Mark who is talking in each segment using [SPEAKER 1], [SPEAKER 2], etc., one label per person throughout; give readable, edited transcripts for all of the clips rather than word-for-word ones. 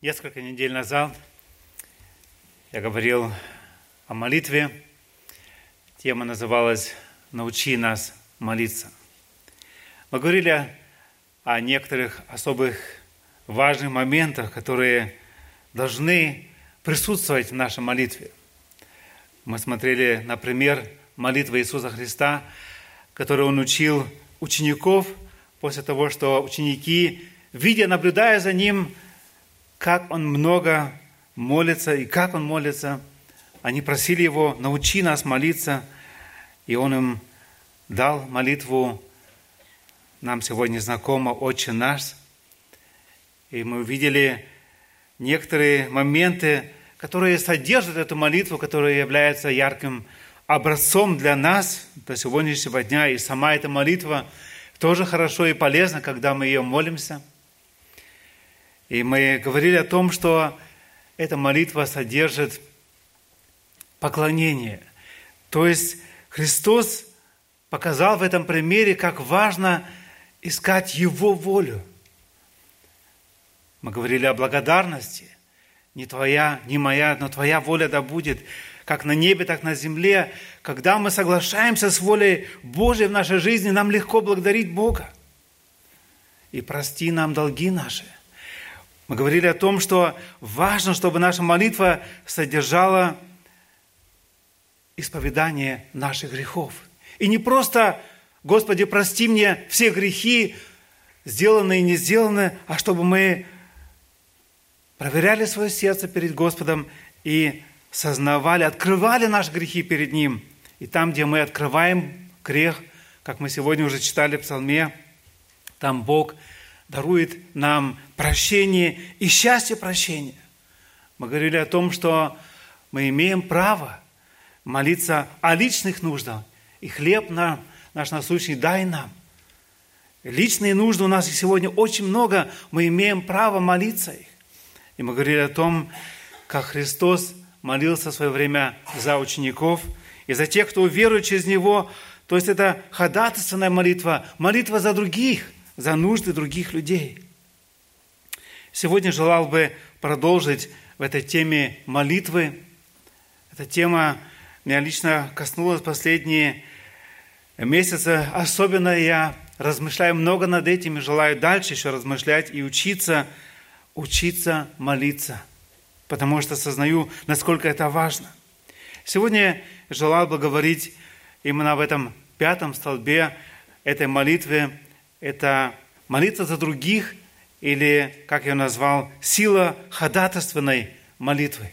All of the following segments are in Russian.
[SPEAKER 1] Несколько недель назад я говорил о молитве. Тема называлась «Научи нас молиться». Мы говорили о некоторых особых важных моментах, которые должны присутствовать в нашей молитве. Мы смотрели на пример молитвы Иисуса Христа, который Он учил учеников после того, что ученики, видя, наблюдая за Ним, как Он много молится и как Он молится, они просили Его: научи нас молиться, и Он им дал молитву, нам сегодня знакома, «Отче наш». И мы увидели некоторые моменты, которые содержат эту молитву, которая является ярким образцом для нас до сегодняшнего дня. И сама эта молитва тоже хорошо и полезна, когда мы ее молимся. И мы говорили о том, что эта молитва содержит поклонение. То есть Христос показал в этом примере, как важно искать Его волю. Мы говорили о благодарности. Не твоя, не моя, но твоя воля да будет, как на небе, так на земле. Когда мы соглашаемся с волей Божией в нашей жизни, нам легко благодарить Бога. И прости нам долги наши. Мы говорили о том, что важно, чтобы наша молитва содержала исповедание наших грехов. И не просто: «Господи, прости мне все грехи, сделанные и не сделанные», а чтобы мы проверяли свое сердце перед Господом и сознавали, открывали наши грехи перед Ним. И там, где мы открываем грех, как мы сегодня уже читали в Псалме, там Бог дарует нам прощение и счастье прощения. Мы говорили о том, что мы имеем право молиться о личных нуждах. И хлеб нам, наш насущный, дай нам. Личные нужды у нас и сегодня очень много, мы имеем право молиться их. И мы говорили о том, как Христос молился в свое время за учеников и за тех, кто уверует через Него. То есть это ходатайственная молитва, молитва за других, за нужды других людей. Сегодня желал бы продолжить в этой теме молитвы. Эта тема меня лично коснулась последние месяцы. Особенно я размышляю много над этим и желаю дальше еще размышлять и учиться молиться, потому что сознаю, насколько это важно. Сегодня я желал бы говорить именно об этом пятом столбе этой молитвы. Это молиться за других, или, как я назвал, сила ходатайственной молитвы.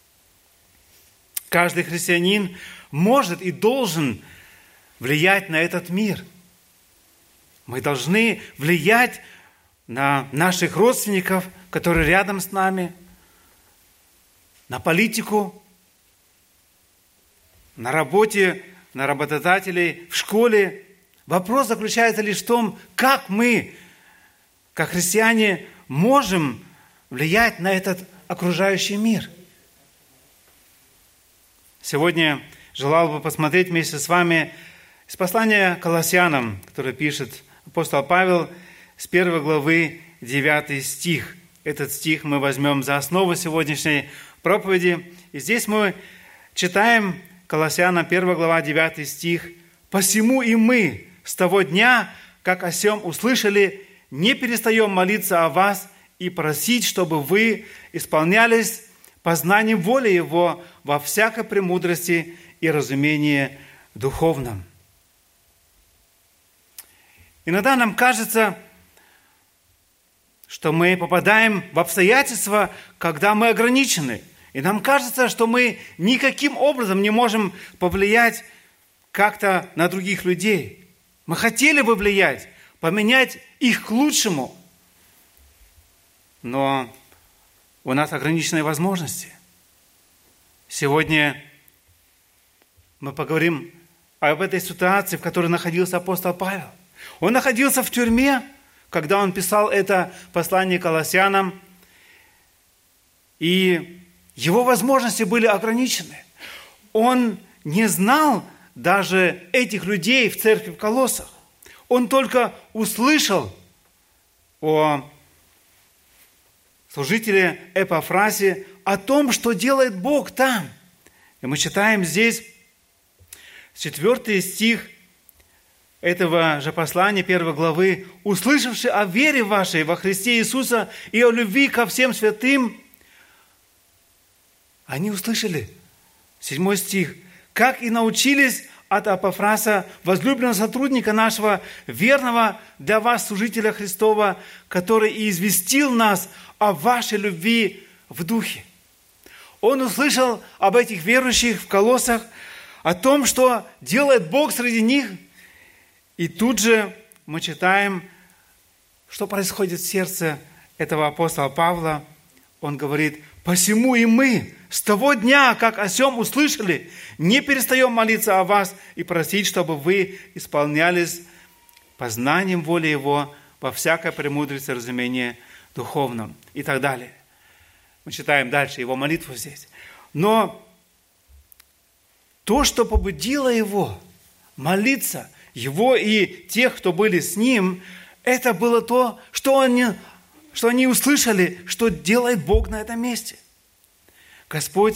[SPEAKER 1] Каждый христианин может и должен влиять на этот мир. Мы должны влиять на наших родственников, которые рядом с нами, на политику, на работе, на работодателей, в школе. Вопрос заключается лишь в том, как мы, как христиане, можем влиять на этот окружающий мир. Сегодня желал бы посмотреть вместе с вами из послания Колоссянам, которое пишет апостол Павел, с 1 главы 9 стих. Этот стих мы возьмем за основу сегодняшней проповеди. И здесь мы читаем Колоссянам 1 глава 9 стих. «Посему и мы с того дня, как о сем услышали, не перестаем молиться о вас и просить, чтобы вы исполнялись познанием воли Его во всякой премудрости и разумении духовном». Иногда нам кажется, что мы попадаем в обстоятельства, когда мы ограничены. И нам кажется, что мы никаким образом не можем повлиять как-то на других людей. Мы хотели бы влиять, поменять их к лучшему, но у нас ограниченные возможности. Сегодня мы поговорим об этой ситуации, в которой находился апостол Павел. Он находился в тюрьме, когда он писал это послание Колоссянам, и его возможности были ограничены. Он не знал даже этих людей в церкви в Колоссах. Он только услышал о служителе Эпафрасе о том, что делает Бог там. И мы читаем здесь 4 стих этого же послания 1 главы. «Услышавши о вере вашей во Христе Иисуса и о любви ко всем святым», они услышали, 7 стих, «как и научились от Апофраса, возлюбленного сотрудника нашего, верного для вас служителя Христова, который и известил нас о вашей любви в духе». Он услышал об этих верующих в Колоссах, о том, что делает Бог среди них. И тут же мы читаем, что происходит в сердце этого апостола Павла. Он говорит: «Посему и мы с того дня, как о сем услышали, не перестаем молиться о вас и просить, чтобы вы исполнялись познанием воли Его во всякой премудрости и разумении духовном». И так далее. Мы читаем дальше его молитву здесь. Но то, что побудило его молиться, его и тех, кто были с ним, это было то, что они услышали, что делает Бог на этом месте. Господь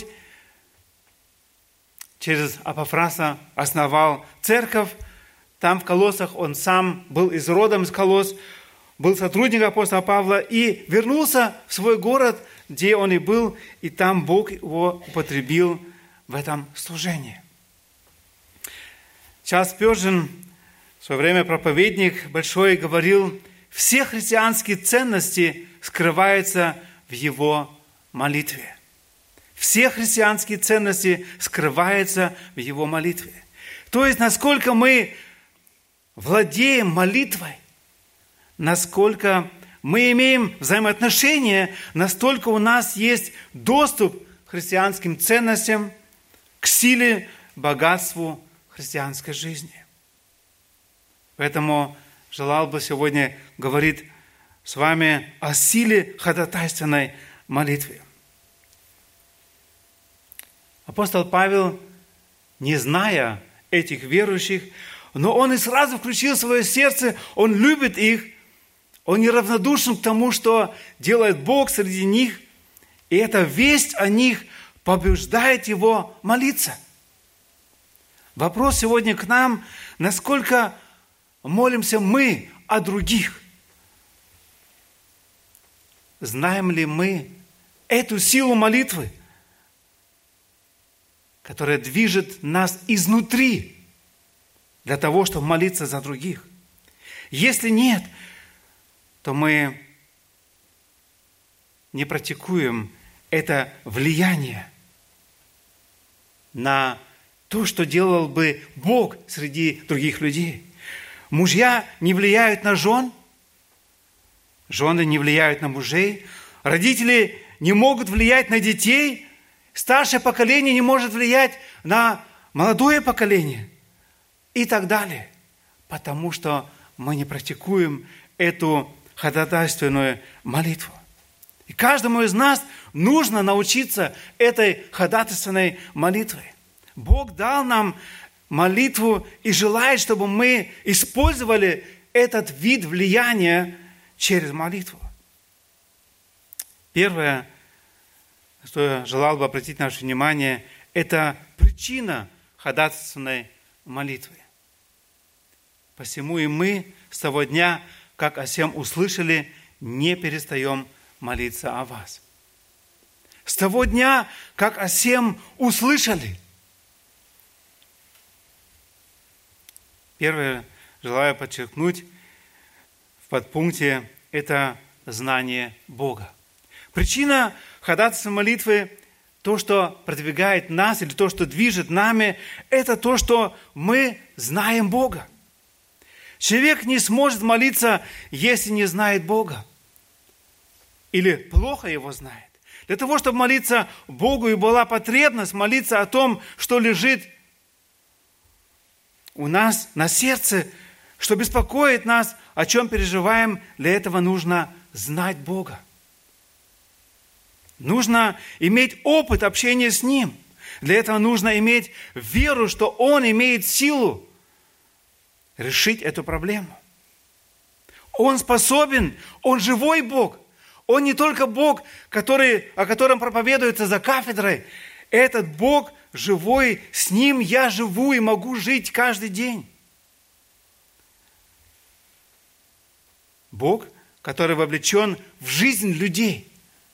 [SPEAKER 1] через Апофраса основал церковь. Там в Колоссах он сам был родом из Колосс, был сотрудником апостола Павла и вернулся в свой город, где он и был, и там Бог его употребил в этом служении. Чарльз Спёрджен, в свое время проповедник большой, говорил: все христианские ценности скрываются в его молитве. Все христианские ценности скрываются в его молитве. То есть, насколько мы владеем молитвой, насколько мы имеем взаимоотношения, настолько у нас есть доступ к христианским ценностям, к силе, богатству христианской жизни. Поэтому желал бы сегодня говорить с вами о силе ходатайственной молитвы. Апостол Павел, не зная этих верующих, но он и сразу включил в свое сердце, он любит их, он неравнодушен к тому, что делает Бог среди них, и эта весть о них побуждает его молиться. Вопрос сегодня к нам: насколько молимся мы о других? Знаем ли мы эту силу молитвы, которая движет нас изнутри для того, чтобы молиться за других? Если нет, то мы не практикуем это влияние на то, что делал бы Бог среди других людей. Мужья не влияют на жен, жены не влияют на мужей, родители не могут влиять на детей, старшее поколение не может влиять на молодое поколение и так далее, потому что мы не практикуем эту ходатайственную молитву. И каждому из нас нужно научиться этой ходатайственной молитве. Бог дал нам молитву и желает, чтобы мы использовали этот вид влияния через молитву. Первое, на что я желал бы обратить наше внимание, это причина ходатайственной молитвы. Посему и мы с того дня, как о сем услышали, не перестаем молиться о вас. С того дня, как о сем услышали. Первое, желаю подчеркнуть в подпункте, это знание Бога. Причина ходатайственной молитвы, то, что продвигает нас, или то, что движет нами, это то, что мы знаем Бога. Человек не сможет молиться, если не знает Бога. Или плохо его знает. Для того, чтобы молиться Богу, и была потребность молиться о том, что лежит у нас на сердце, что беспокоит нас, о чем переживаем, для этого нужно знать Бога. Нужно иметь опыт общения с Ним. Для этого нужно иметь веру, что Он имеет силу решить эту проблему. Он способен, Он живой Бог. Он не только Бог, о котором проповедуется за кафедрой. Этот Бог живой, с Ним я живу и могу жить каждый день. Бог, который вовлечен в жизнь людей.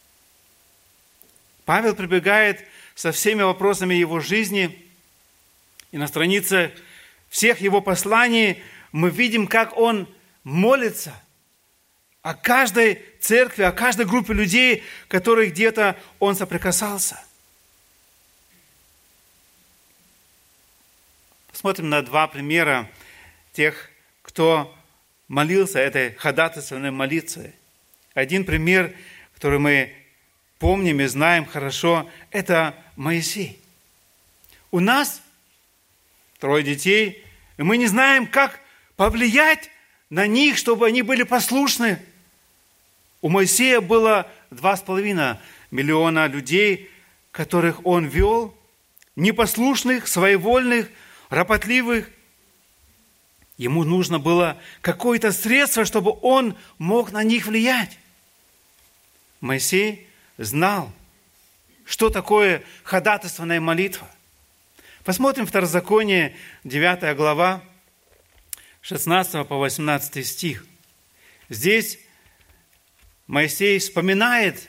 [SPEAKER 1] Павел прибегает со всеми вопросами его жизни, и на странице всех его посланий мы видим, как он молится о каждой церкви, о каждой группе людей, которые где-то он соприкасался. Посмотрим на два примера тех, кто молился этой ходатайственной молитвой. Один пример, который мы помним и знаем хорошо, это Моисей. У нас 3 детей, и мы не знаем, как повлиять на них, чтобы они были послушны. У Моисея было 2,5 миллиона людей, которых он вел, непослушных, своевольных, ропотливых. Ему нужно было какое-то средство, чтобы он мог на них влиять. Моисей знал, что такое ходатайственная молитва. Посмотрим Второзаконие, 9 глава, 16 по 18 стих. Здесь Моисей вспоминает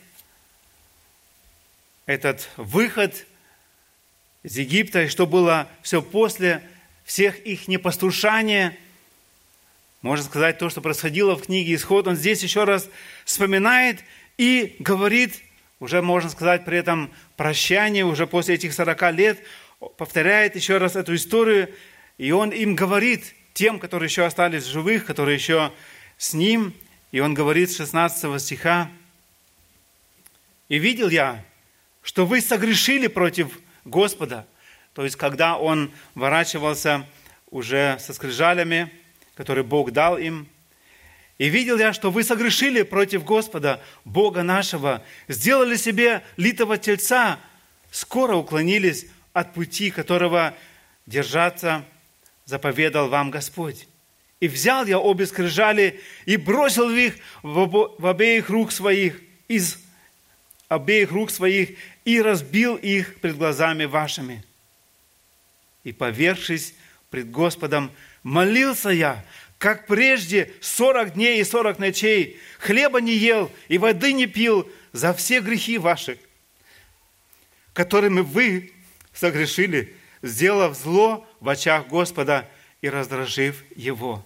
[SPEAKER 1] этот выход из Египта, и что было все после всех их непослушания. Можно сказать, то, что происходило в книге «Исход», он здесь еще раз вспоминает и говорит, уже можно сказать при этом прощание, уже после этих 40 лет, повторяет еще раз эту историю, и он им говорит, тем, которые еще остались в живых, которые еще с ним, и он говорит с 16 стиха: «И видел я, что вы согрешили против Господа». То есть, когда он ворачивался уже со скрижалями, которые Бог дал им. «И видел я, что вы согрешили против Господа, Бога нашего, сделали себе литого тельца, скоро уклонились от пути, которого держаться заповедал вам Господь. И взял я обе скрижали и бросил их в обеих рук своих, из обеих рук своих, и разбил их пред глазами вашими. И, повергшись пред Господом, молился я, как прежде 40 дней и 40 ночей, хлеба не ел и воды не пил за все грехи ваши, которыми вы согрешили, сделав зло в очах Господа и раздражив Его».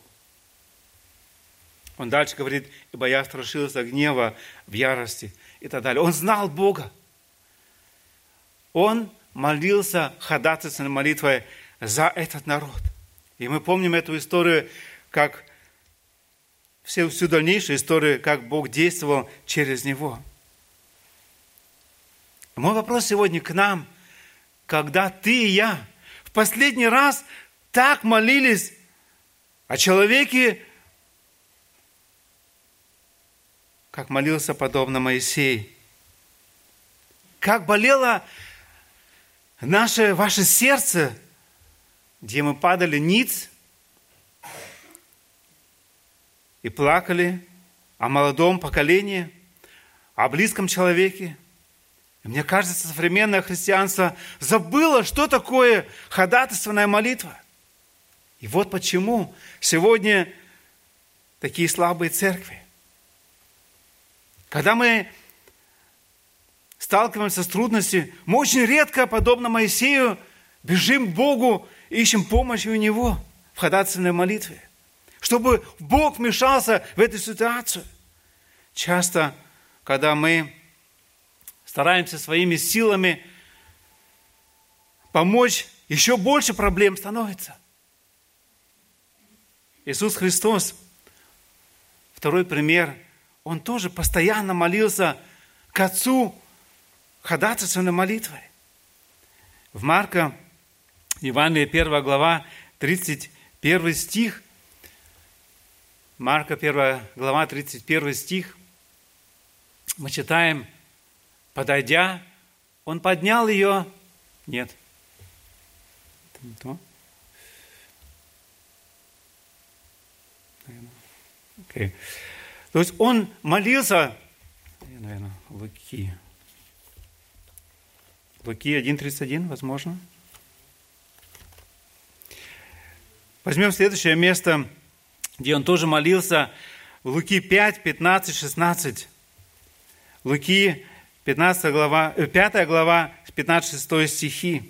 [SPEAKER 1] Он дальше говорит: «Ибо я страшился гнева в ярости» и так далее. Он знал Бога. Он молился ходатайственной молитвой за этот народ. И мы помним эту историю, как всю дальнейшую историю, как Бог действовал через него. Мой вопрос сегодня к нам: когда ты и я в последний раз так молились о человеке, как молился подобно Моисей? Как болело ваше сердце, где мы падали ниц и плакали о молодом поколении, о близком человеке. И мне кажется, современное христианство забыло, что такое ходатайственная молитва. И вот почему сегодня такие слабые церкви. Когда мы сталкиваемся с трудностями, мы очень редко, подобно Моисею, бежим к Богу, ищем помощи у Него в ходатайственной молитве, чтобы Бог вмешался в эту ситуацию. Часто, когда мы стараемся своими силами помочь, еще больше проблем становится. Иисус Христос, второй пример, Он тоже постоянно молился к Отцу ходатайственной молитвой. В Марка, Евангелие 1 глава, 31 стих, Марка 1 глава, 31 стих, мы читаем: «Подойдя, Он поднял ее». Нет. Это не то. Okay. То есть Он молился, Луки 1:31, возможно. Возьмем следующее место, где он тоже молился. В Луки 5, 15, 16. Луки 5 глава, 15-16 стихи.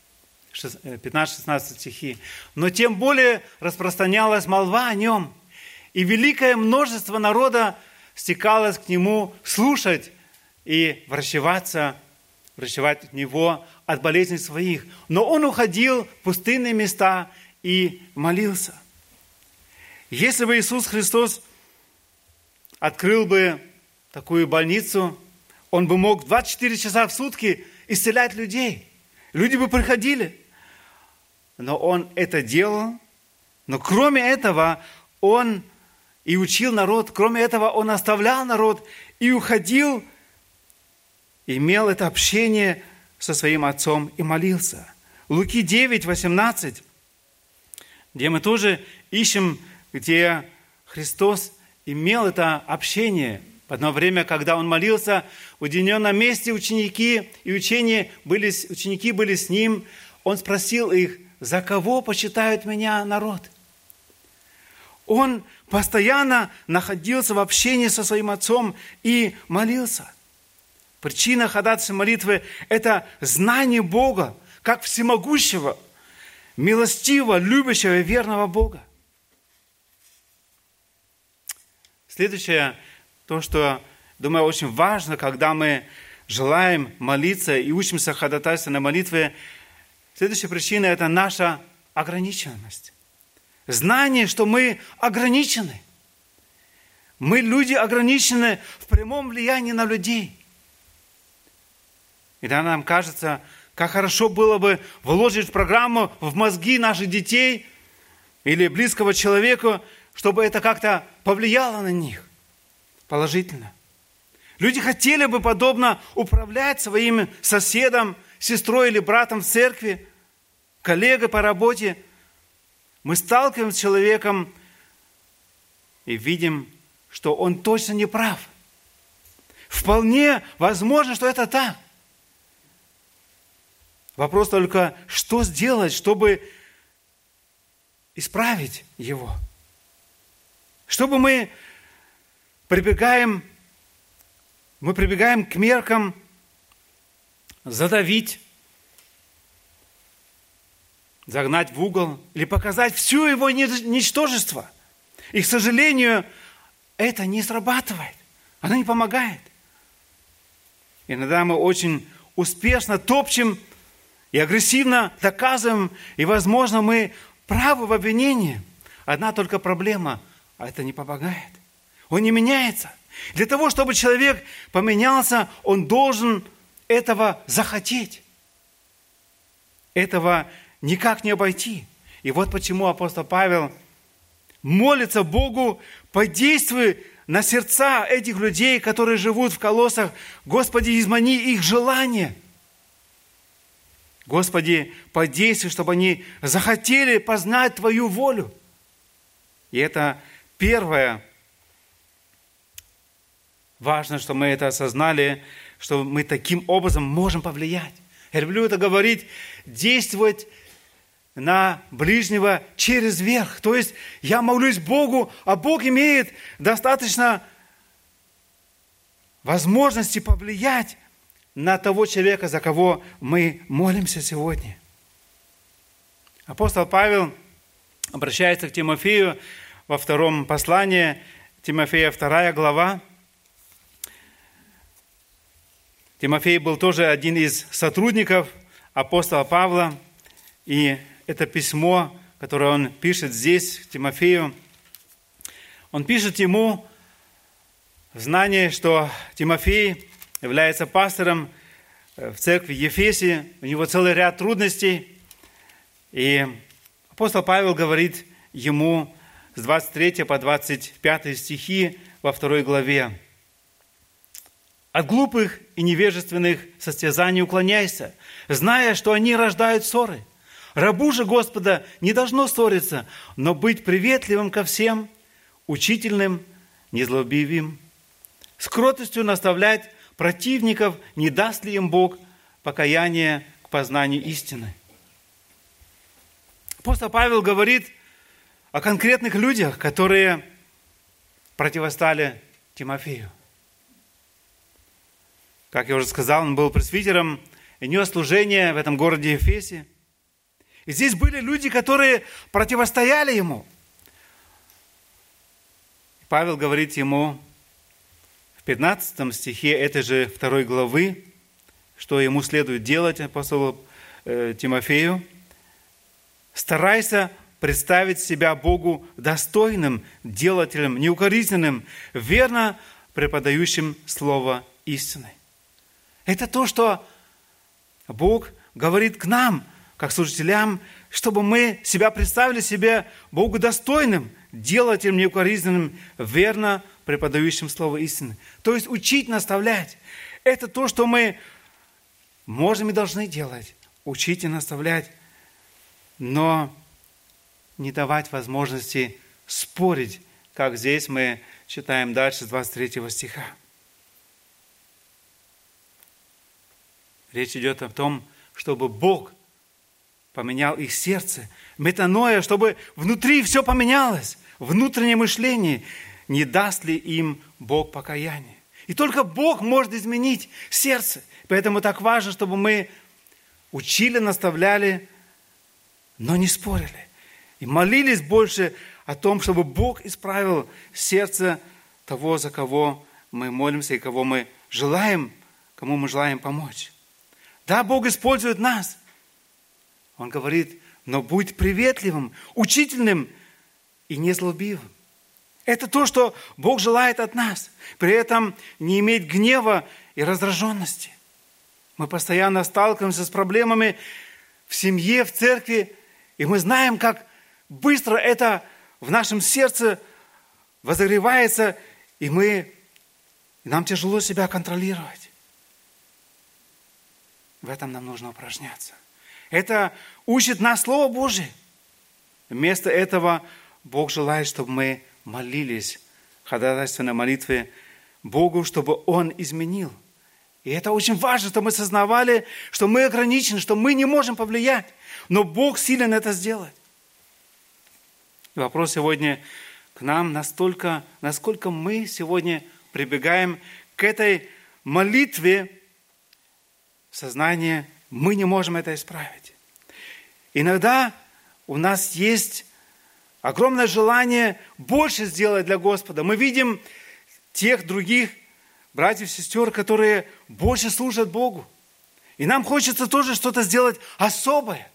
[SPEAKER 1] 15-16 стихи. «Но тем более распространялась молва о нем, и великое множество народа стекалось к нему слушать и врачевать от него от болезней своих. Но он уходил в пустынные места и молился». Если бы Иисус Христос открыл бы такую больницу, он бы мог 24 часа в сутки исцелять людей. Люди бы приходили. Но он это делал. Но кроме этого, он и учил народ. Кроме этого, он оставлял народ и уходил, имел это общение со своим отцом и молился. Луки 9, 18, где мы тоже ищем, где Христос имел это общение. В одно время, когда он молился в уединенном месте, ученики были с ним, он спросил их: «За кого почитают меня народ?» Он постоянно находился в общении со своим отцом и молился. Причина ходатайской молитвы – это знание Бога, как всемогущего, милостивого, любящего и верного Бога. Следующее, то, что, думаю, очень важно, когда мы желаем молиться и учимся ходатайственной молитве, следующая причина – это наша ограниченность. Знание, что мы ограничены. Мы люди ограничены в прямом влиянии на людей. И тогда нам кажется, как хорошо было бы вложить программу в мозги наших детей или близкого человека, чтобы это как-то повлияло на них положительно. Люди хотели бы подобно управлять своим соседом, сестрой или братом в церкви, коллегой по работе. Мы сталкиваемся с человеком и видим, что он точно не прав. Вполне возможно, что это так. Вопрос только, что сделать, чтобы исправить его. Чтобы мы прибегаем к меркам задавить, загнать в угол или показать все его ничтожество. И, к сожалению, это не срабатывает. Оно не помогает. Иногда мы очень успешно топчем и агрессивно доказываем, и, возможно, мы правы в обвинении. Одна только проблема, а это не помогает. Он не меняется. Для того, чтобы человек поменялся, он должен этого захотеть. Этого никак не обойти. И вот почему апостол Павел молится Богу: подействуй на сердца этих людей, которые живут в Колоссах. Господи, измани их желания. Господи, подействуй, чтобы они захотели познать Твою волю. И это первое. Важно, что мы это осознали, что мы таким образом можем повлиять. Я люблю это говорить, действовать на ближнего через верх. То есть я молюсь Богу, а Бог имеет достаточно возможности повлиять на того человека, за кого мы молимся сегодня. Апостол Павел обращается к Тимофею во втором послании, Тимофея 2 глава. Тимофей был тоже один из сотрудников апостола Павла, и это письмо, которое он пишет здесь, к Тимофею, он пишет ему в знании, что Тимофей является пастором в церкви Ефесе, у него целый ряд трудностей, и апостол Павел говорит ему с 23 по 25 стихи во 2 главе: «От глупых и невежественных состязаний уклоняйся, зная, что они рождают ссоры. Рабу же Господа не должно ссориться, но быть приветливым ко всем, учительным, незлобивым, с кротостью наставлять противников, не даст ли им Бог покаяние к познанию истины. Апостол Павел говорит о конкретных людях, которые противостали Тимофею. Как я уже сказал, он был пресвитером и нес служение в этом городе Ефесе. И здесь были люди, которые противостояли ему. Павел говорит ему в 15 стихе этой же 2 главы, что ему следует делать, апостолу Тимофею. «Старайся представить себя Богу достойным, делателем, неукоризненным, верно преподающим слово истины». Это то, что Бог говорит к нам, как служителям, чтобы мы себя представили себе Богу достойным, делателем, неукоризненным, верно преподающим слово истины. То есть учить, наставлять. Это то, что мы можем и должны делать. Учить и наставлять, но не давать возможности спорить, как здесь мы читаем дальше с 23 стиха. Речь идет о том, чтобы Бог поменял их сердце. Метаноя, чтобы внутри все поменялось. Внутреннее мышление. Не даст ли им Бог покаяние? И только Бог может изменить сердце. Поэтому так важно, чтобы мы учили, наставляли, но не спорили. И молились больше о том, чтобы Бог исправил сердце того, за кого мы молимся и кого мы желаем, кому мы желаем помочь. Да, Бог использует нас. Он говорит, но будь приветливым, учительным и незлобивым. Это то, что Бог желает от нас. При этом не иметь гнева и раздраженности. Мы постоянно сталкиваемся с проблемами в семье, в церкви, и мы знаем, как быстро это в нашем сердце возогревается, и нам тяжело себя контролировать. В этом нам нужно упражняться. Это учит нас Слово Божие. Вместо этого Бог желает, чтобы мы молились ходатайственной молитве Богу, чтобы Он изменил. И это очень важно, чтобы мы осознавали, что мы ограничены, что мы не можем повлиять. Но Бог силен это сделать. И вопрос сегодня к нам настолько, насколько мы сегодня прибегаем к этой молитве в сознании, мы не можем это исправить. Иногда у нас есть огромное желание больше сделать для Господа. Мы видим тех других братьев и сестер, которые больше служат Богу. И нам хочется тоже что-то сделать особое.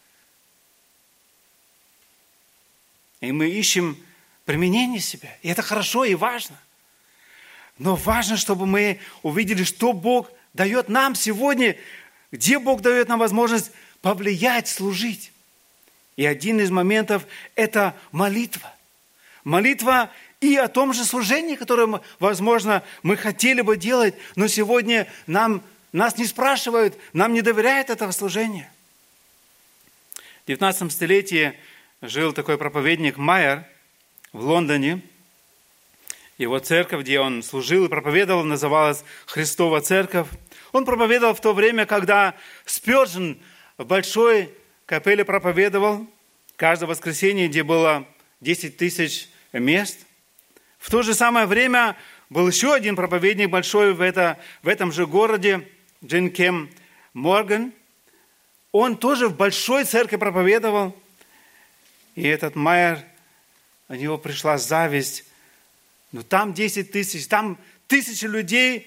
[SPEAKER 1] И мы ищем применение себя. И это хорошо и важно. Но важно, чтобы мы увидели, что Бог дает нам сегодня, где Бог дает нам возможность повлиять, служить. И один из моментов – это молитва. Молитва и о том же служении, которое, возможно, мы хотели бы делать, но сегодня нас не спрашивают, нам не доверяют этого служения. В 19 столетии жил такой проповедник Майер в Лондоне. Его церковь, где он служил и проповедовал, называлась Христова церковь. Он проповедовал в то время, когда Спёрджен в большой капелле проповедовал каждое воскресенье, где было 10 тысяч мест. В то же самое время был еще один проповедник большой в этом же городе, Джин Кем Морган. Он тоже в большой церкви проповедовал. И этот Майер, у него пришла зависть. Ну, там 10 тысяч, там 1000 людей.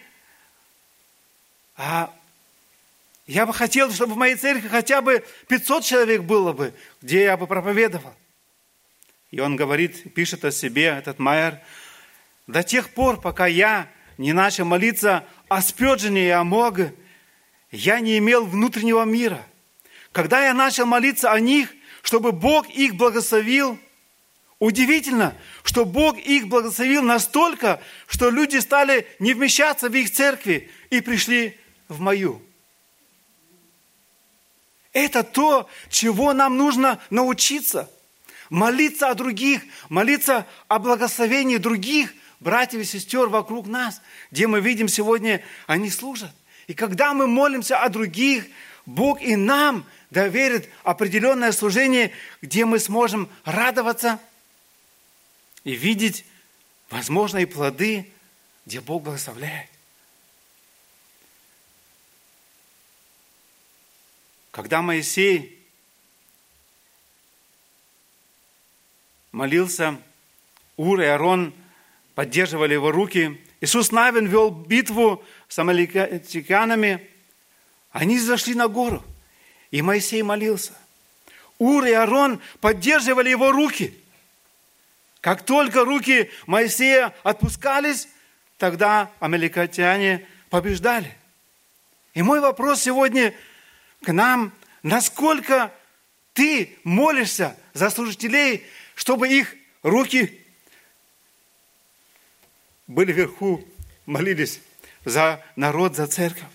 [SPEAKER 1] А я бы хотел, чтобы в моей церкви хотя бы 500 человек было бы, где я бы проповедовал. И он говорит, пишет о себе, этот Майер, до тех пор, пока я не начал молиться о Спёрджене и о Моге, я не имел внутреннего мира. Когда я начал молиться о них, чтобы Бог их благословил, удивительно, что Бог их благословил настолько, что люди стали не вмещаться в их церкви и пришли в мою. Это то, чего нам нужно научиться. Молиться о других, молиться о благословении других братьев и сестер вокруг нас, где мы видим сегодня, они служат. И когда мы молимся о других, Бог и нам доверит определенное служение, где мы сможем радоваться и видеть, возможно, и плоды, где Бог благословляет. Когда Моисей молился, Ур и Аарон поддерживали его руки. Иисус Навин вел битву с амаликитянами. Они зашли на гору, и Моисей молился. Ур и Аарон поддерживали его руки. Как только руки Моисея отпускались, тогда амаликитяне побеждали. И мой вопрос сегодня к нам: насколько ты молишься за служителей, чтобы их руки были вверху, молились за народ, за церковь?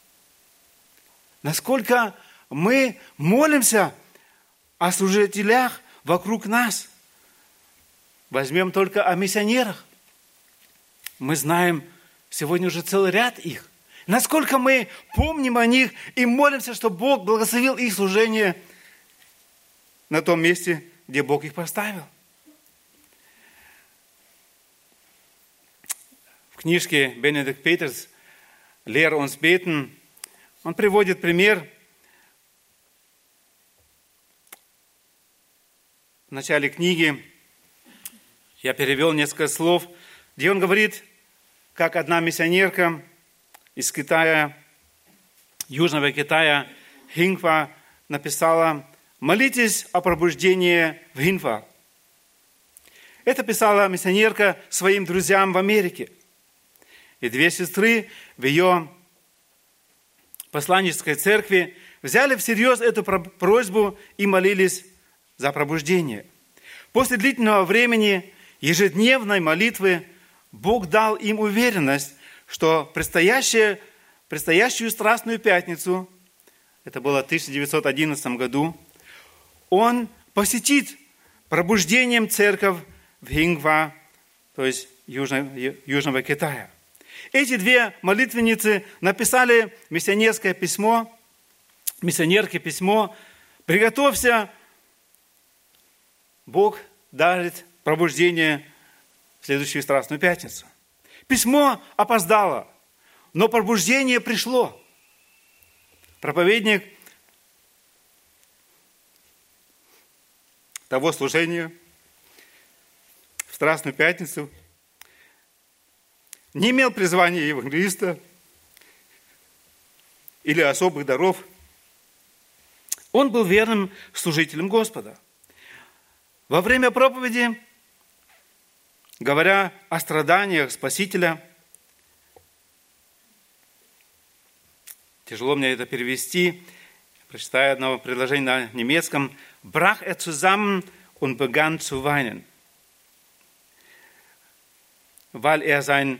[SPEAKER 1] Насколько мы молимся о служителях вокруг нас? Возьмем только о миссионерах. Мы знаем сегодня уже целый ряд их. Насколько мы помним о них и молимся, чтобы Бог благословил их служение на том месте, где Бог их поставил. В книжке Бенедикт Петерс «Lehre uns beten» он приводит пример. В начале книги я перевел несколько слов, где он говорит, как одна миссионерка из Китая, Южного Китая, Хинхва, написала: «Молитесь о пробуждении в Хинхва». Это писала миссионерка своим друзьям в Америке. И две сестры в ее посланнической церкви взяли всерьез эту просьбу и молились за пробуждение. После длительного времени ежедневной молитвы Бог дал им уверенность, что предстоящую Страстную Пятницу, это было в 1911 году, Он посетит пробуждением церковь в Хинхва, то есть Южного Китая. Эти две молитвенницы написали миссионерке письмо: «Приготовься, Бог дарит пробуждение в следующую Страстную Пятницу». Письмо опоздало, но пробуждение пришло. Проповедник того служения в Страстную Пятницу не имел призвания евангелиста или особых даров. Он был верным служителем Господа. Во время проповеди, говоря о страданиях Спасителя, тяжело мне это перевести, прочитаю одно предложение на немецком: «Brach er zusammen und begann zu weinen, weil er seine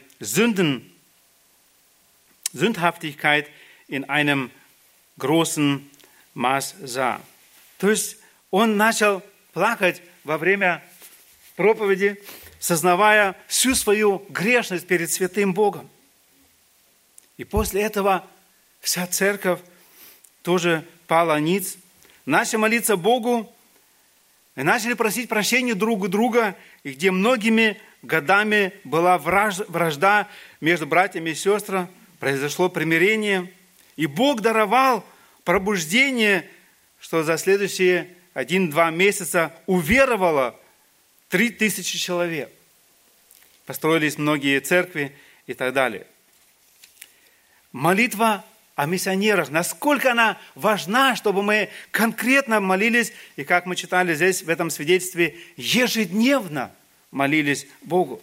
[SPEAKER 1] Sündhaftigkeit in einem großen Maß sah». То есть он начал плакать во время проповеди, сознавая всю свою грешность перед святым Богом. И после этого вся церковь тоже пала ниц, начали молиться Богу и начали просить прощения друг у друга, и где многими годами была вражда между братьями и сестрами, произошло примирение, и Бог даровал пробуждение, что за следующие 1-2 месяца уверовало 3000 человек. Построились многие церкви и так далее. Молитва о миссионерах, насколько она важна, чтобы мы конкретно молились, и как мы читали здесь в этом свидетельстве, ежедневно молились Богу.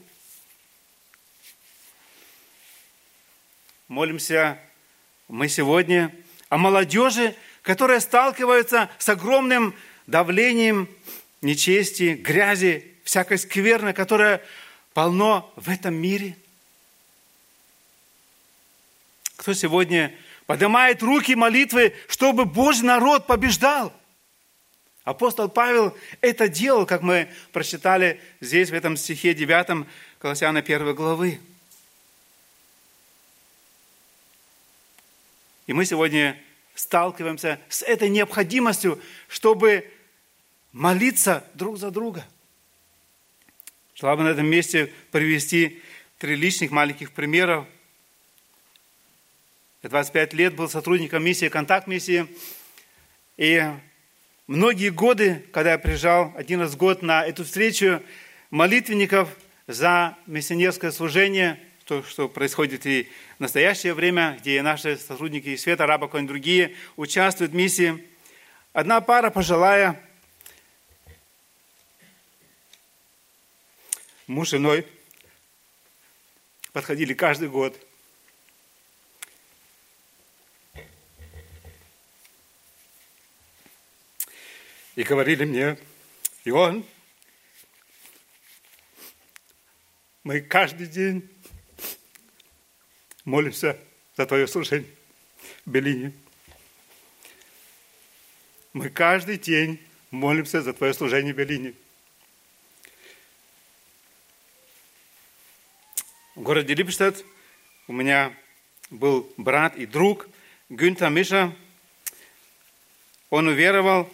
[SPEAKER 1] Молимся мы сегодня о молодежи, которая сталкивается с огромным давлением нечести, грязи, всякой скверны, которая полно в этом мире. Кто сегодня поднимает руки молитвы, чтобы Божий народ побеждал? Апостол Павел это делал, как мы прочитали здесь, в этом стихе 9, Колоссянам 1 главы. И мы сегодня сталкиваемся с этой необходимостью, чтобы молиться друг за друга. Желаю бы на этом месте привести 3 личных маленьких примеров. Я 25 лет был сотрудником миссии «Контакт миссии». И многие годы, когда я приезжал 11 год на эту встречу молитвенников за миссионерское служение, то, что происходит и в настоящее время, где наши сотрудники и Света, Раба, и другие участвуют в миссии. Одна пара пожилая, муж с женой, подходили каждый год. И говорили мне: Иоанн, мы каждый день молимся за твое служение в Белине. Мы каждый день молимся за твое служение в Белине. В городе Липштадт у меня был брат и друг Гюнтер Миша. Он уверовал.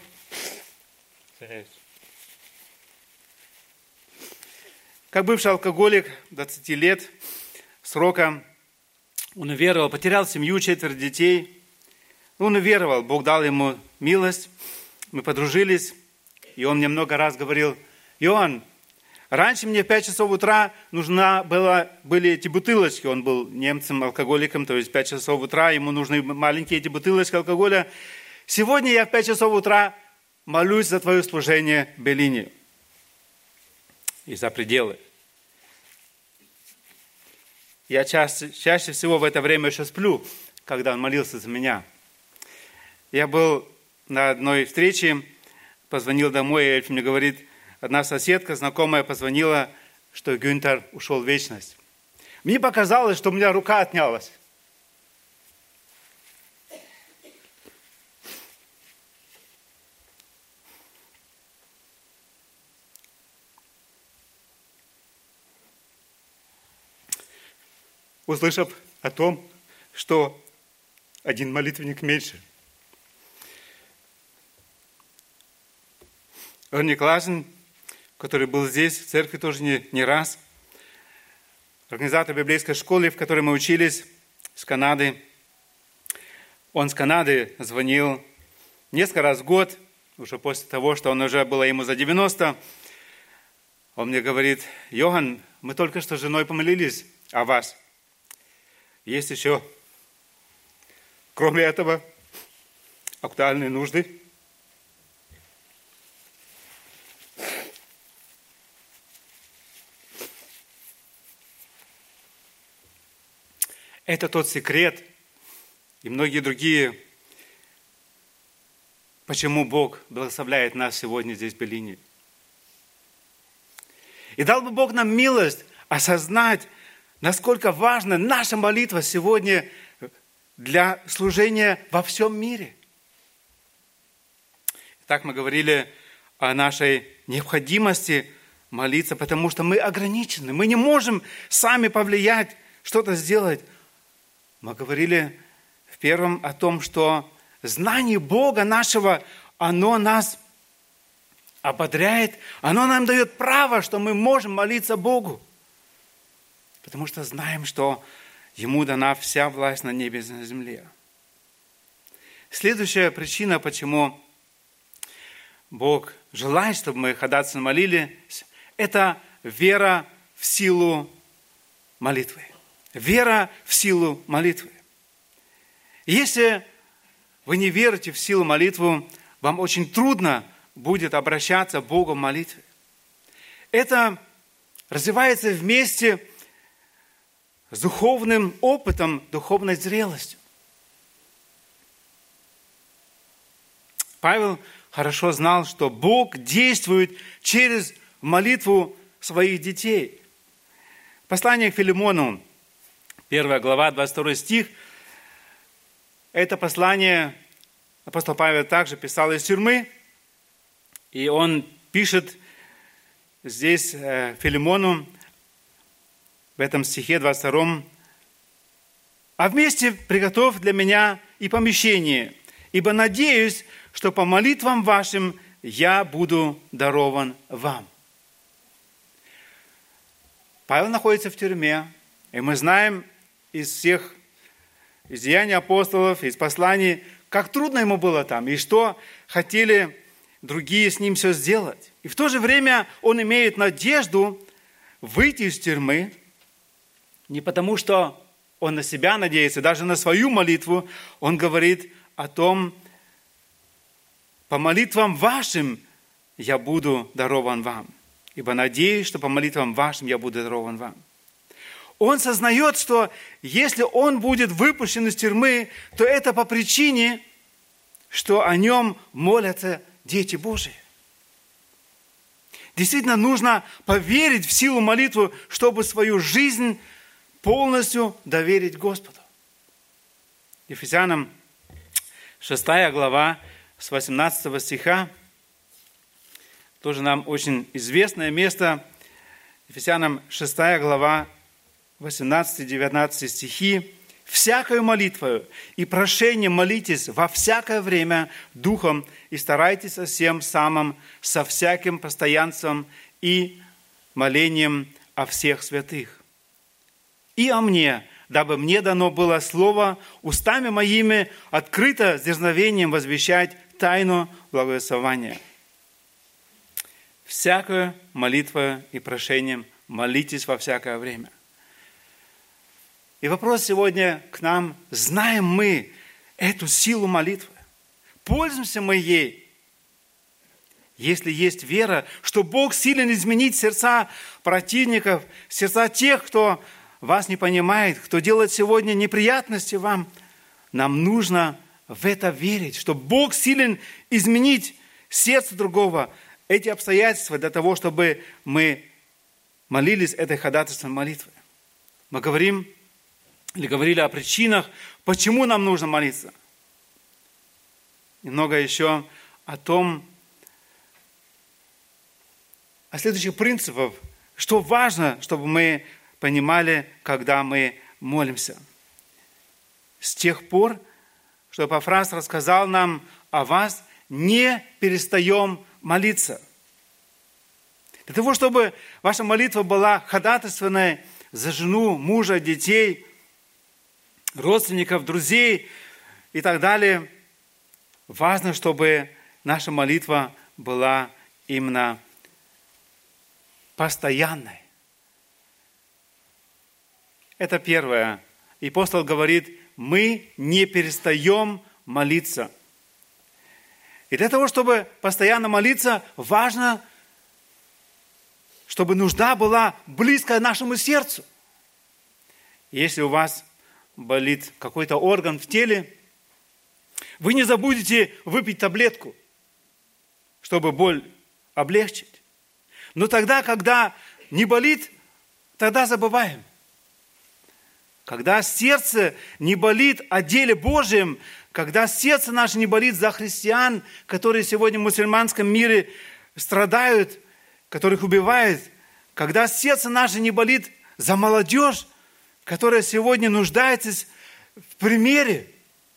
[SPEAKER 1] Как бывший алкоголик, 20 лет срока, он уверовал, потерял семью, 4 детей. Он уверовал, Бог дал ему милость, мы подружились, и он мне много раз говорил: Иоанн, раньше мне в 5 часов утра были эти бутылочки. Он был немцем, алкоголиком, то есть в 5 часов утра ему нужны маленькие эти бутылочки алкоголя. Сегодня я в 5 часов утра молюсь за твое служение в Белине и за пределы. Я чаще всего в это время еще сплю, когда он молился за меня. Я был на одной встрече, позвонил домой, и Эльф мне говорит, одна соседка, знакомая, позвонила, что Гюнтер ушел в вечность. Мне показалось, что у меня рука отнялась. Услышав о том, что один молитвенник меньше. Эрни Класен, который был здесь, в церкви тоже не раз, организатор библейской школы, в которой мы учились, с Канады. Он с Канады звонил несколько раз в год, уже после того, что он уже было ему за 90. Он мне говорит: Йохан, мы только что с женой помолились о вас. Есть еще, кроме этого, актуальные нужды. Это тот секрет и многие другие, почему Бог благословляет нас сегодня здесь, в Белине. И дал бы Бог нам милость осознать, насколько важна наша молитва сегодня для служения во всем мире. Так мы говорили о нашей необходимости молиться, потому что мы ограничены. Мы не можем сами повлиять, что-то сделать. Мы говорили в первом о том, что знание Бога нашего, оно нас ободряет, оно нам дает право, что мы можем молиться Богу. Потому что знаем, что Ему дана вся власть на небе и на земле. Следующая причина, почему Бог желает, чтобы мы ходатайственно молились, это вера в силу молитвы. Вера в силу молитвы. Если вы не верите в силу молитвы, вам очень трудно будет обращаться к Богу в молитве. Это развивается вместе с духовным опытом, духовной зрелостью. Павел хорошо знал, что Бог действует через молитву своих детей. Послание к Филимону, 1 глава, 22 стих. Это послание апостол Павел также писал из тюрьмы. И он пишет здесь Филимону в этом стихе 22: «А вместе приготовь для меня и помещение, ибо надеюсь, что по молитвам вашим я буду дарован вам». Павел находится в тюрьме, и мы знаем из Деяний апостолов, из посланий, как трудно ему было там, и что хотели другие с ним все сделать. И в то же время он имеет надежду выйти из тюрьмы, не потому что он на себя надеется, даже на свою молитву. Он говорит о том: «По молитвам вашим я буду дарован вам, ибо надеюсь, что по молитвам вашим я буду дарован вам». Он сознает, что если он будет выпущен из тюрьмы, то это по причине, что о нем молятся дети Божии. Действительно, нужно поверить в силу молитвы, чтобы свою жизнь полностью доверить Господу. Ефесянам 6 глава с 18 стиха, тоже нам очень известное место. Ефесянам 6 глава 18-19 стихи. «Всякою молитвою и прошением молитесь во всякое время Духом и старайтесь о всем самом со всяким постоянством и молением о всех святых. И о мне, дабы мне дано было слово устами моими открыто с дерзновением возвещать тайну благовествования». Всякою молитвою и прошением молитесь во всякое время. И вопрос сегодня к нам: знаем мы эту силу молитвы? Пользуемся мы ей? Если есть вера, что Бог силен изменить сердца противников, сердца тех, кто вас не понимает, кто делает сегодня неприятности вам, нам нужно в это верить, что Бог силен изменить сердце другого, эти обстоятельства для того, чтобы мы молились этой ходатайственной молитвой. Мы говорили о причинах, почему нам нужно молиться. Немного еще о следующих принципах, что важно, чтобы мы понимали, когда мы молимся. С тех пор, что Эпафрас рассказал нам о вас, не перестаем молиться. Для того, чтобы ваша молитва была ходатайственной за жену, мужа, детей, родственников, друзей и так далее, важно, чтобы наша молитва была именно постоянной. Это первое. И апостол говорит: мы не перестаем молиться. И для того, чтобы постоянно молиться, важно, чтобы нужда была близкая нашему сердцу. Если у вас болит какой-то орган в теле, вы не забудете выпить таблетку, чтобы боль облегчить. Но тогда, когда не болит, тогда забываем. Когда сердце не болит о деле Божьем, когда сердце наше не болит за христиан, которые сегодня в мусульманском мире страдают, которых убивают, когда сердце наше не болит за молодежь, которая сегодня нуждается в примере,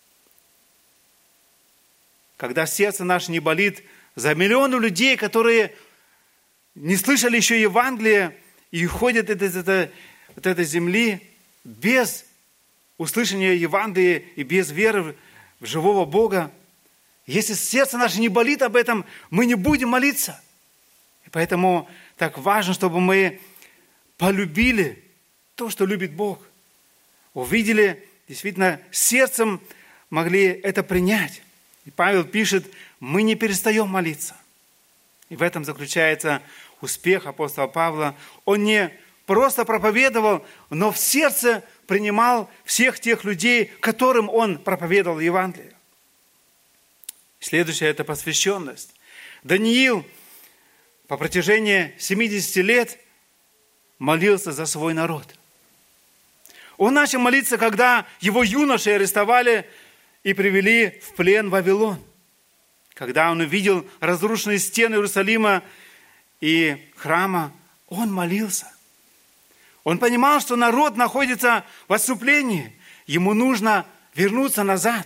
[SPEAKER 1] когда сердце наше не болит за миллионы людей, которые не слышали еще Евангелия и уходят от этой земли без услышания Евангелия и без веры в живого Бога. Если сердце наше не болит об этом, мы не будем молиться. И поэтому так важно, чтобы мы полюбили то, что любит Бог. Увидели, действительно, сердцем могли это принять. И Павел пишет: мы не перестаем молиться. И в этом заключается успех апостола Павла. Он не просто проповедовал, но в сердце принимал всех тех людей, которым он проповедовал Евангелие. Следующее – это посвященность. Даниил по протяжении 70 лет молился за свой народ. Он начал молиться, когда его юноши арестовали и привели в плен в Вавилон. Когда он увидел разрушенные стены Иерусалима и храма, он молился. Он понимал, что народ находится в отступлении. Ему нужно вернуться назад.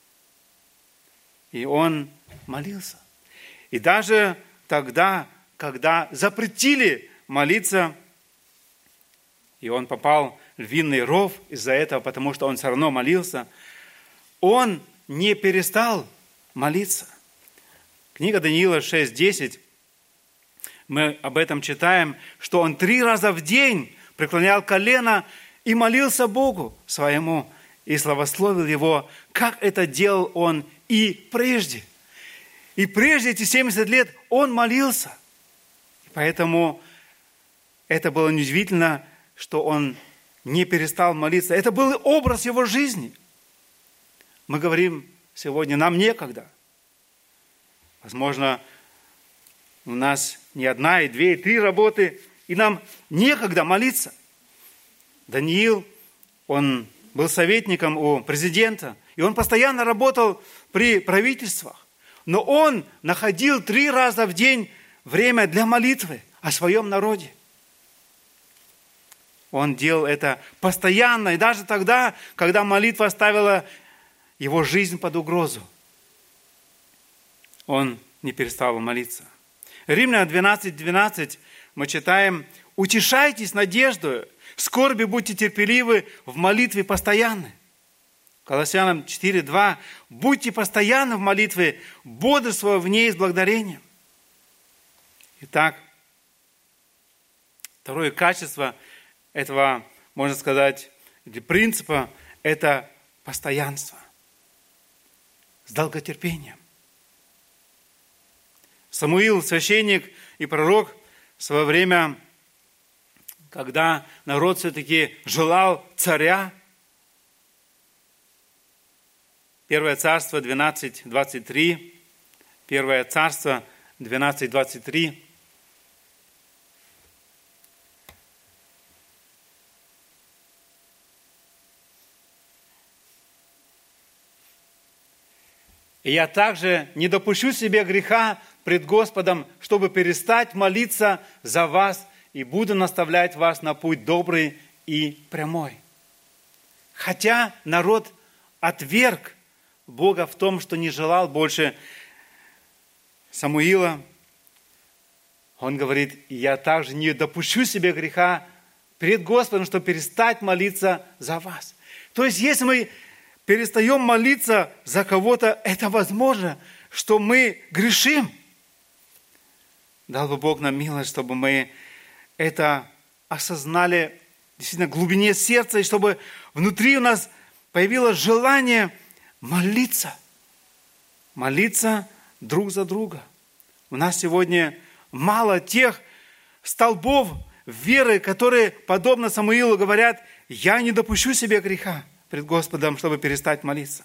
[SPEAKER 1] И он молился. И даже тогда, когда запретили молиться, и он попал в львиный ров из-за этого, потому что он все равно молился, он не перестал молиться. Книга Даниила 6:10, мы об этом читаем, что он 3 раза в день преклонял колено и молился Богу своему, и славословил Его, как это делал он и прежде. И прежде эти 70 лет он молился. Поэтому это было неудивительно, что он не перестал молиться. Это был образ его жизни. Мы говорим сегодня, нам некогда. Возможно, у нас не 1, и 2, и 3 работы, и нам некогда молиться. Даниил, он был советником у президента, и он постоянно работал при правительствах. Но он находил 3 раза в день время для молитвы о своем народе. Он делал это постоянно, и даже тогда, когда молитва ставила его жизнь под угрозу. Он не перестал молиться. Римлянам 12:12 мы читаем: «Утешайтесь надеждою, скорби будьте терпеливы, в молитве постоянны». Колоссянам 4:2: «Будьте постоянны в молитве, бодрствуя в ней с благодарением». Итак, второе качество этого, можно сказать, или принципа – это постоянство с долготерпением. Самуил, священник и пророк, в свое время, когда народ все-таки желал царя, 1 Царство 12:23, 1 Царство 12:23. «И я также не допущу себе греха пред Господом, чтобы перестать молиться за вас, и буду наставлять вас на путь добрый и прямой». Хотя народ отверг Бога в том, что не желал больше Самуила, он говорит: «Я также не допущу себе греха перед Господом, чтобы перестать молиться за вас». То есть, если мы перестаем молиться за кого-то, это возможно, что мы грешим. Дал бы Бог нам милость, чтобы мы это осознали действительно в глубине сердца, и чтобы внутри у нас появилось желание молиться. Молиться друг за друга. У нас сегодня мало тех столбов веры, которые, подобно Самуилу, говорят: «Я не допущу себе греха пред Господом, чтобы перестать молиться».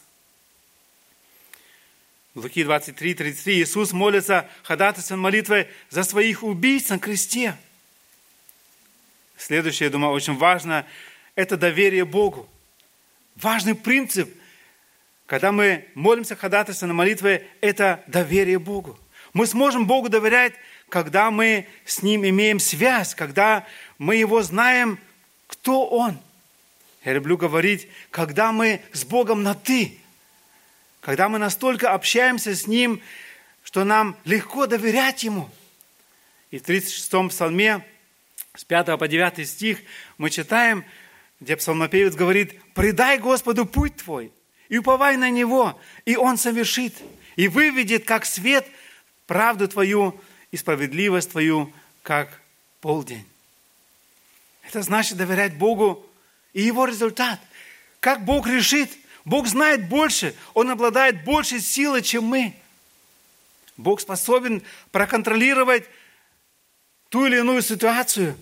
[SPEAKER 1] В Луки 23:33 Иисус молится ходатайственной молитвой за своих убийц на кресте. Следующее, я думаю, очень важно, это доверие Богу. Важный принцип, когда мы молимся ходатайственной молитвой, это доверие Богу. Мы сможем Богу доверять, когда мы с Ним имеем связь, когда мы Его знаем, кто Он. Я люблю говорить, когда мы с Богом на «ты», когда мы настолько общаемся с Ним, что нам легко доверять Ему. И в 36-м псалме, с 5 по 9 стих, мы читаем, где псалмопевец говорит: «Предай Господу путь твой, и уповай на Него, и Он совершит, и выведет, как свет, правду твою и справедливость твою, как полдень». Это значит доверять Богу и Его результат. Как Бог решит? Бог знает больше. Он обладает большей силой, чем мы. Бог способен проконтролировать ту или иную ситуацию.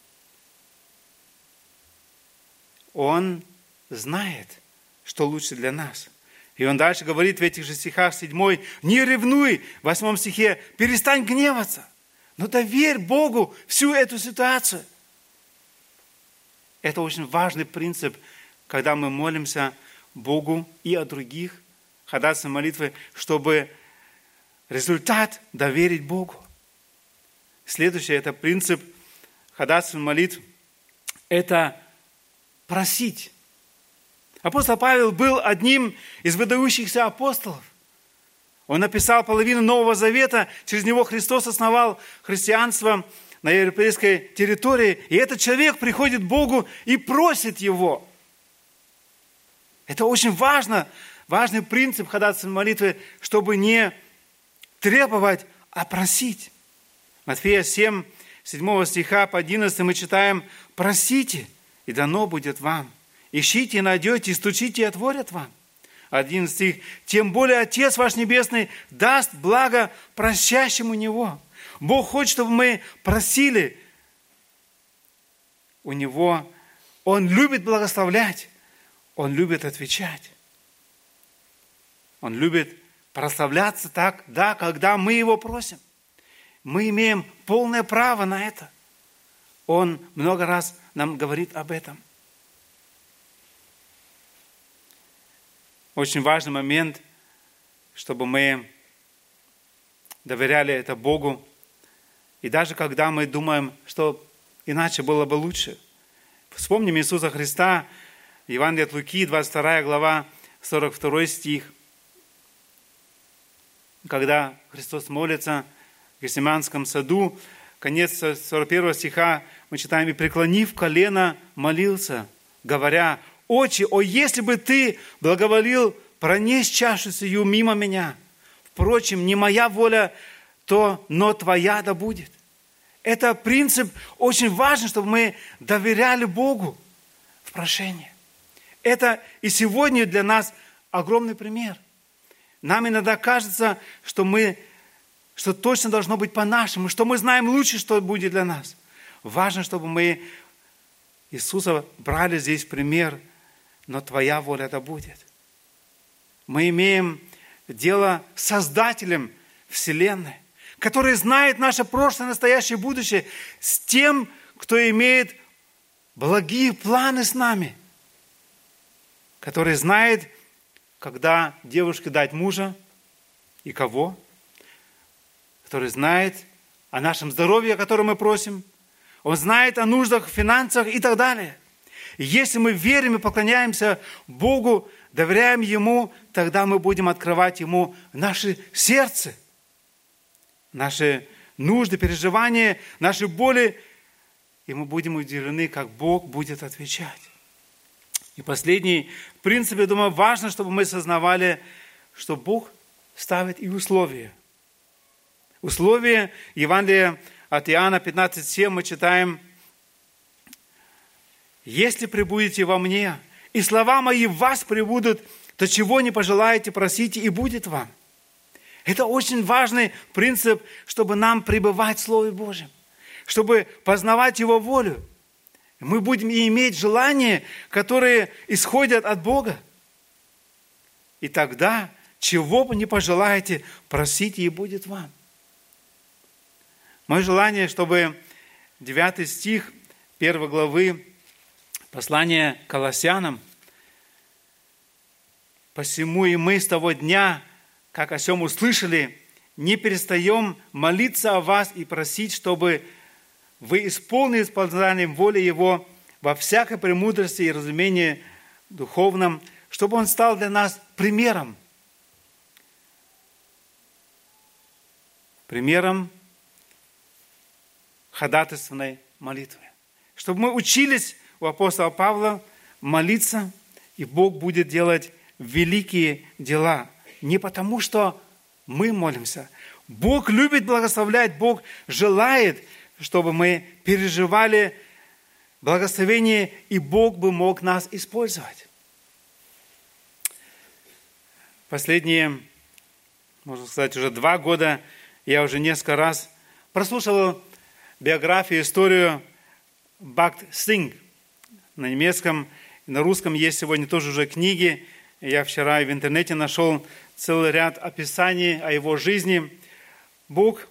[SPEAKER 1] Он знает, что лучше для нас. И он дальше говорит в этих же стихах, 7: «Не ревнуй», в 8 стихе, «перестань гневаться, но доверь Богу всю эту ситуацию». Это очень важный принцип, когда мы молимся Богу и о других, ходатайственной молитвы, чтобы результат доверить Богу. Следующее – это принцип ходатайственной молитвы. это просить. Апостол Павел был одним из выдающихся апостолов. Он написал половину Нового Завета, через него Христос основал христианство на европейской территории. И этот человек приходит к Богу и просит Его. Это очень важный принцип ходатайственной молитвы, чтобы не требовать, а просить. Матфея 7, 7 стиха по 11 мы читаем: «Просите, и дано будет вам. Ищите и найдете, и стучите, и отворят вам». 11 стих: «Тем более Отец ваш Небесный даст благо просящему Него». Бог хочет, чтобы мы просили у Него. Он любит благословлять. Он любит отвечать. Он любит прославляться тогда, когда мы Его просим. Мы имеем полное право на это. Он много раз нам говорит об этом. Очень важный момент, чтобы мы доверяли это Богу. И даже когда мы думаем, что иначе было бы лучше. Вспомним Иисуса Христа, Евангелие от Луки, 22 глава, 42 стих. Когда Христос молится в Гефсиманском саду, конец 41 стиха, мы читаем: «И, преклонив колено, молился, говоря: Отче, о, если бы Ты благоволил пронесть чашу сию мимо меня. Впрочем, не моя воля, но Твоя да будет». Это принцип очень важен, чтобы мы доверяли Богу в прошении. Это и сегодня для нас огромный пример. Нам иногда кажется, что точно должно быть по-нашему, что мы знаем лучше, что будет для нас. Важно, чтобы мы Иисуса брали здесь в пример, но Твоя воля да будет. Мы имеем дело с Создателем Вселенной, который знает наше прошлое, настоящее, будущее, с тем, кто имеет благие планы с нами, который знает, когда девушке дать мужа и кого, который знает о нашем здоровье, о котором мы просим, Он знает о нуждах, финансах и так далее. И если мы верим и поклоняемся Богу, доверяем Ему, тогда мы будем открывать Ему наше сердце, наши нужды, переживания, наши боли, и мы будем удивлены, как Бог будет отвечать. И последний принцип, я думаю, важно, чтобы мы осознавали, что Бог ставит и условия. Условия Евангелия от Иоанна 15:7 мы читаем: «Если пребудете во мне, и слова мои в вас пребудут, то чего не пожелаете, просите, и будет вам». Это очень важный принцип, чтобы нам пребывать в Слове Божьем, чтобы познавать Его волю. Мы будем иметь желания, которые исходят от Бога. И тогда, чего бы не пожелаете, просите, и будет вам. Мое желание, чтобы 9 стих 1 главы послания Колоссянам: «Посему и мы с того дня, как о сем услышали, не перестаем молиться о вас и просить, чтобы вы исполнились познанием воли Его во всякой премудрости и разумении духовном, чтобы Он стал для нас примером ходатайственной молитвы. Чтобы мы учились у апостола Павла молиться, и Бог будет делать великие дела. Не потому, что мы молимся. Бог любит благословлять, Бог желает, чтобы мы переживали благословение, и Бог бы мог нас использовать. Последние, можно сказать, уже 2 года я уже несколько раз прослушал биографию, историю Бхакт Синг. На немецком и на русском есть сегодня тоже уже книги. Я вчера в интернете нашел целый ряд описаний о его жизни. Бог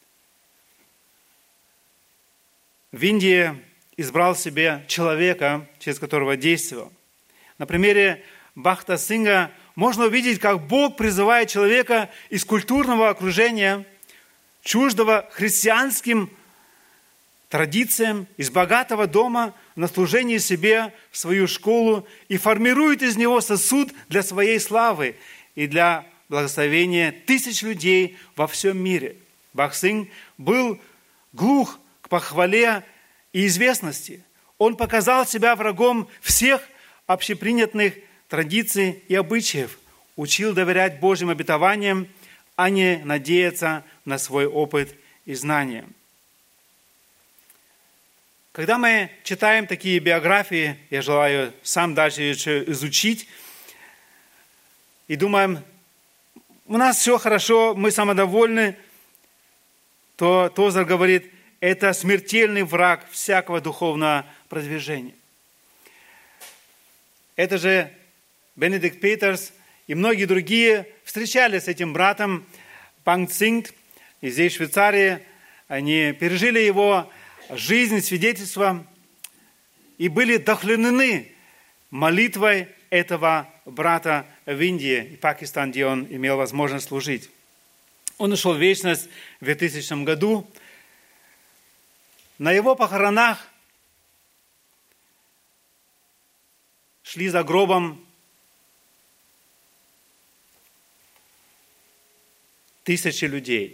[SPEAKER 1] в Индии избрал себе человека, через которого действовал. На примере Бхакта Синга можно увидеть, как Бог призывает человека из культурного окружения, чуждого христианским традициям, из богатого дома, на служение себе в свою школу и формирует из него сосуд для своей славы и для благословения тысяч людей во всем мире. Баксин был глух к похвале и известности. Он показал себя врагом всех общепринятых традиций и обычаев, учил доверять Божьим обетованиям, а не надеяться на свой опыт и знания. Когда мы читаем такие биографии, я желаю сам дальше еще изучить, и думаем, у нас все хорошо, мы самодовольны, то Тозер говорит, это смертельный враг всякого духовного продвижения. Это же Бенедикт Петерс и многие другие встречались с этим братом Баксин, и здесь, в Швейцарии, они пережили его жизнь, свидетельство, и были вдохновлены молитвой этого брата в Индии и Пакистан, где он имел возможность служить. Он ушел в вечность в 2000 году. На его похоронах шли за гробом тысячи людей.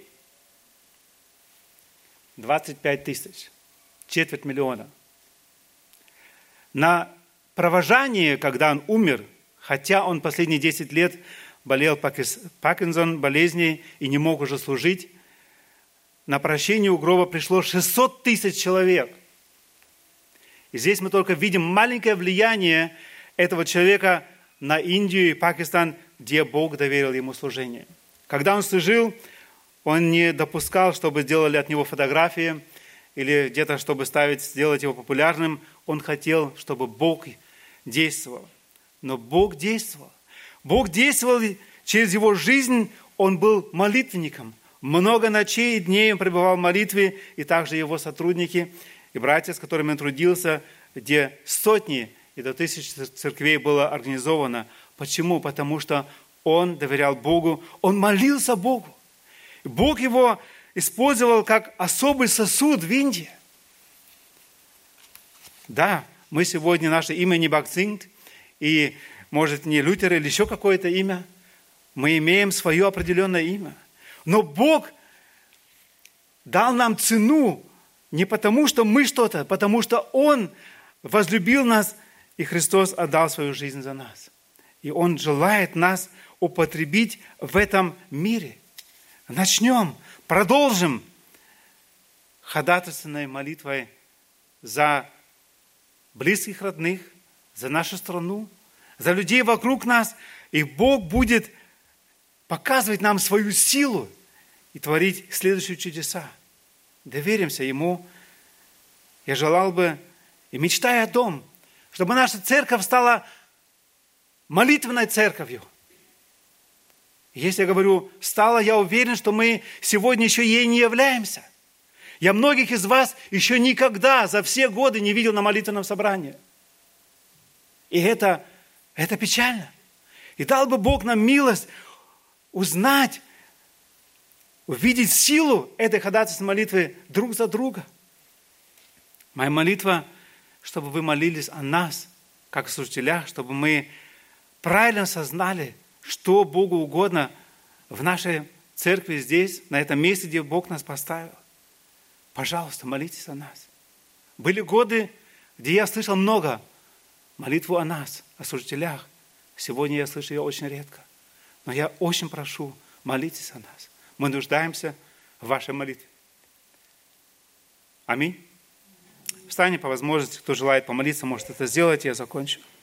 [SPEAKER 1] 25 тысяч. 250 000. На провожании, когда он умер, хотя он последние 10 лет болел Паркинсон болезнью и не мог уже служить, на прощение у гроба пришло 600 000 человек. И здесь мы только видим маленькое влияние этого человека на Индию и Пакистан, где Бог доверил ему служение. Когда он служил, он не допускал, чтобы сделали от него фотографии или где-то, чтобы сделать его популярным. Он хотел, чтобы Бог действовал. Но Бог действовал. Бог действовал через его жизнь. Он был молитвенником. Много ночей и дней он пребывал в молитве, и также его сотрудники и братья, с которыми он трудился, где сотни и до тысяч церквей было организовано. Почему? Потому что он доверял Богу, он молился Богу. Бог его использовал как особый сосуд в Индии. Да, мы сегодня, наше имя не Баксин, и, может, не Лютер или еще какое-то имя. Мы имеем свое определенное имя. Но Бог дал нам цену не потому, что мы что-то, а потому что Он возлюбил нас, и Христос отдал свою жизнь за нас. И Он желает нас употребить в этом мире. Начнем, продолжим ходатайственной молитвой за близких родных, за нашу страну, за людей вокруг нас. И Бог будет показывать нам свою силу и творить следующие чудеса. Доверимся Ему. Я желал бы и мечтаю о том, чтобы наша церковь стала молитвенной церковью. Если я говорю «стала», я уверен, что мы сегодня еще ей не являемся. Я многих из вас еще никогда за все годы не видел на молитвенном собрании. И это печально. И дал бы Бог нам милость узнать, увидеть силу этой ходатайственной молитвы друг за друга. Моя молитва, чтобы вы молились о нас, как служителях, чтобы мы правильно осознали, что Богу угодно в нашей церкви здесь, на этом месте, где Бог нас поставил. Пожалуйста, молитесь о нас. Были годы, где я слышал много молитву о нас, о служителях. Сегодня я слышу ее очень редко. Но я очень прошу, молитесь о нас. Мы нуждаемся в вашей молитве. Аминь. Встанем по возможности. Кто желает помолиться, может это сделать. Я закончу.